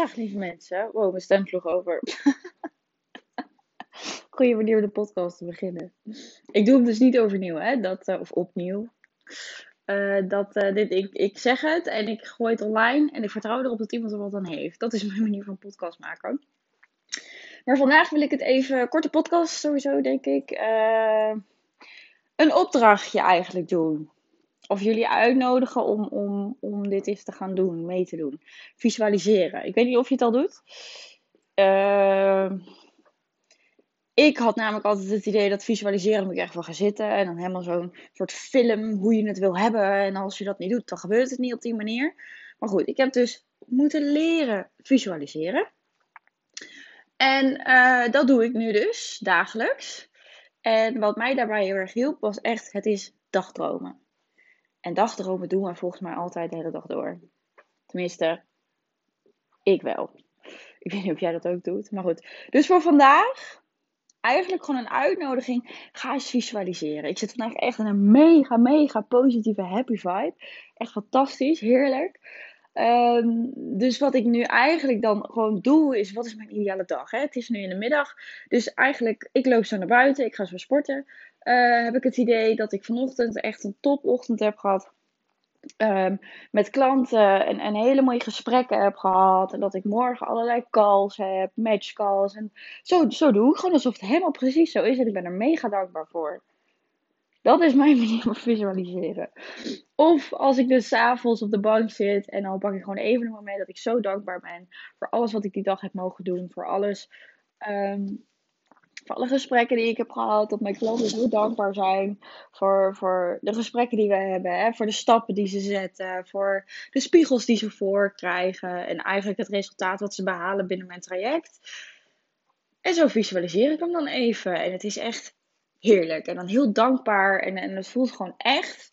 Dag lieve mensen. Wow, mijn stem vloog over. Goeie manier om de podcast te beginnen. Ik doe hem dus niet overnieuw, hè? Of opnieuw. Ik zeg het en ik gooi het online en ik vertrouw erop dat iemand er wat aan heeft. Dat is mijn manier van podcast maken. Maar vandaag wil ik het even, korte podcast sowieso denk ik, een opdrachtje eigenlijk doen. Of jullie uitnodigen om dit eens te gaan doen, mee te doen. Visualiseren. Ik weet niet of je het al doet. Ik had namelijk altijd het idee dat visualiseren, dan moet je echt wel gaan zitten. En dan helemaal zo'n soort film hoe je het wil hebben. En als je dat niet doet, dan gebeurt het niet op die manier. Maar goed, ik heb dus moeten leren visualiseren. En dat doe ik nu dus, dagelijks. En wat mij daarbij heel erg hielp, was echt, het is dagdromen. En dagdromen doen we volgens mij altijd de hele dag door. Tenminste, ik wel. Ik weet niet of jij dat ook doet, maar goed. Dus voor vandaag eigenlijk gewoon een uitnodiging. Ga eens visualiseren. Ik zit vandaag echt in een mega positieve happy vibe. Echt fantastisch, heerlijk. Dus wat ik nu eigenlijk dan gewoon doe, is wat is mijn ideale dag? Hè? Het is nu in de middag. Dus eigenlijk, ik loop zo naar buiten. Ik ga zo sporten. Heb ik het idee dat ik vanochtend echt een topochtend heb gehad. Met klanten en hele mooie gesprekken heb gehad. En dat ik morgen allerlei calls heb, match calls. En zo doe ik gewoon alsof het helemaal precies zo is. En ik ben er mega dankbaar voor. Dat is mijn manier van visualiseren. Of als ik dus 's avonds op de bank zit en dan pak ik gewoon even een moment dat ik zo dankbaar ben voor alles wat ik die dag heb mogen doen. Voor alles. ehm, voor alle gesprekken die ik heb gehad. Dat mijn klanten zo dankbaar zijn voor de gesprekken die we hebben. Hè, voor de stappen die ze zetten. Voor de spiegels die ze voorkrijgen. En eigenlijk het resultaat wat ze behalen binnen mijn traject. En zo visualiseer ik hem dan even. En het is echt heerlijk. En dan heel dankbaar. En het voelt gewoon echt.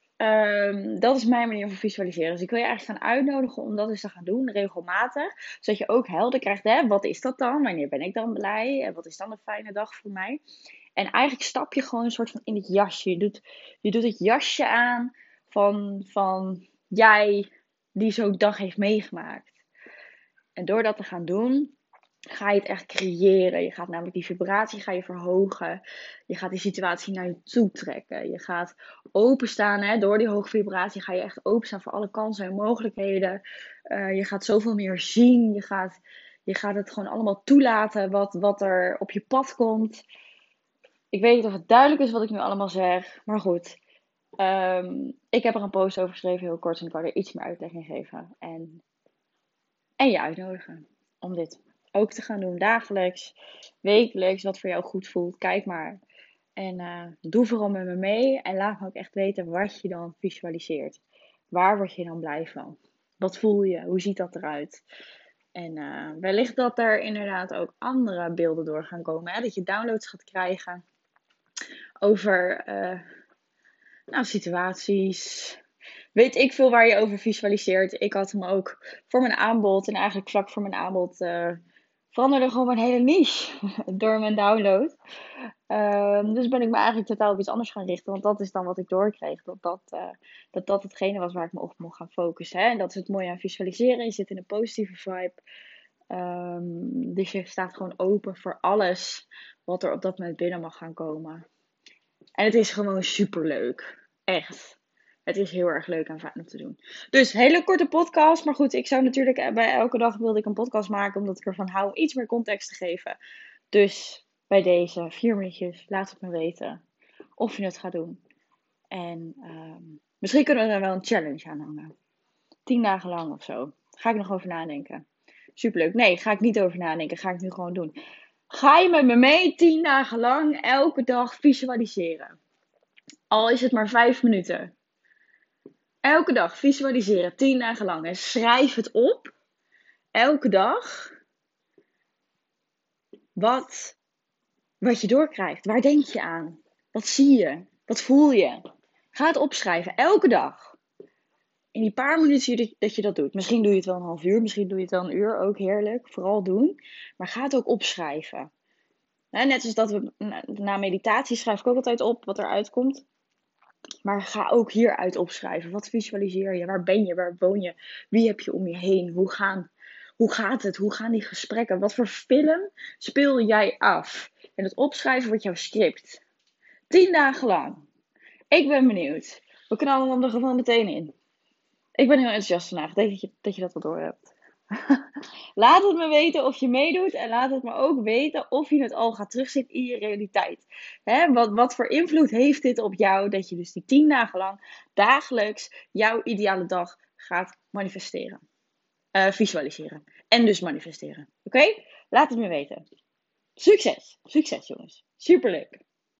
Dat is mijn manier van visualiseren. Dus ik wil je eigenlijk gaan uitnodigen om dat eens te gaan doen, regelmatig. Zodat je ook helder krijgt, hè, wat is dat dan? Wanneer ben ik dan blij? En wat is dan een fijne dag voor mij? En eigenlijk stap je gewoon een soort van in het jasje. Je doet het jasje aan van jij die zo'n dag heeft meegemaakt. En door dat te gaan doen, ga je het echt creëren. Je gaat namelijk die vibratie ga je verhogen. Je gaat die situatie naar je toe trekken. Je gaat openstaan. Hè? Door die hoge vibratie ga je echt openstaan voor alle kansen en mogelijkheden. Je gaat zoveel meer zien. Je gaat het gewoon allemaal toelaten wat er op je pad komt. Ik weet niet of het duidelijk is wat ik nu allemaal zeg. Maar goed. Ik heb er een post over geschreven, heel kort. En ik wou er iets meer uitleg in geven. En je uitnodigen om dit ook te gaan doen. Dagelijks, wekelijks, wat voor jou goed voelt. Kijk maar. En doe vooral met me mee. En laat me ook echt weten wat je dan visualiseert. Waar word je dan blij van? Wat voel je? Hoe ziet dat eruit? En wellicht dat er inderdaad ook andere beelden door gaan komen. Hè? Dat je downloads gaat krijgen over situaties. Weet ik veel waar je over visualiseert. Ik had hem ook voor mijn aanbod. En eigenlijk vlak voor mijn aanbod veranderde gewoon mijn hele niche door mijn download. Dus ben ik me eigenlijk totaal op iets anders gaan richten. Want dat is dan wat ik doorkreeg. Dat hetgene was waar ik me op mocht gaan focussen. Hè? En dat is het mooie aan visualiseren. Je zit in een positieve vibe. Dus je staat gewoon open voor alles wat er op dat moment binnen mag gaan komen. En het is gewoon super leuk. Echt. Het is heel erg leuk en fijn om te doen. Dus hele korte podcast. Maar goed, ik zou natuurlijk bij elke dag wilde ik een podcast maken. Omdat ik ervan hou om iets meer context te geven. Dus bij deze 4 minuutjes. Laat het me weten of je het gaat doen. En misschien kunnen we er wel een challenge aan hangen. 10 dagen lang of zo. Ga ik nog over nadenken. Superleuk. Nee, ga ik niet over nadenken. Ga ik nu gewoon doen. Ga je met me mee 10 dagen lang elke dag visualiseren. Al is het maar 5 minuten. Elke dag visualiseren, 10 dagen lang. En schrijf het op. Elke dag. Wat je doorkrijgt. Waar denk je aan? Wat zie je? Wat voel je? Ga het opschrijven. Elke dag. In die paar minuten dat je dat doet. Misschien doe je het wel een half uur. Misschien doe je het wel een uur. Ook heerlijk. Vooral doen. Maar ga het ook opschrijven. Net als dat we na meditatie schrijf ik ook altijd op wat eruit komt. Maar ga ook hieruit opschrijven. Wat visualiseer je? Waar ben je? Waar woon je? Wie heb je om je heen? Hoe gaat het? Hoe gaan die gesprekken? Wat voor film speel jij af? En het opschrijven wordt jouw script. 10 dagen lang. Ik ben benieuwd. We knallen hem er gewoon meteen in. Ik ben heel enthousiast vandaag. Ik denk dat je dat wel door hebt. Laat het me weten of je meedoet. En laat het me ook weten of je het al gaat terugzien in je realiteit. Wat voor invloed heeft dit op jou? Dat je dus die 10 dagen lang dagelijks jouw ideale dag gaat manifesteren. Visualiseren. En dus manifesteren. Oké? Laat het me weten. Succes! Succes jongens. Superleuk!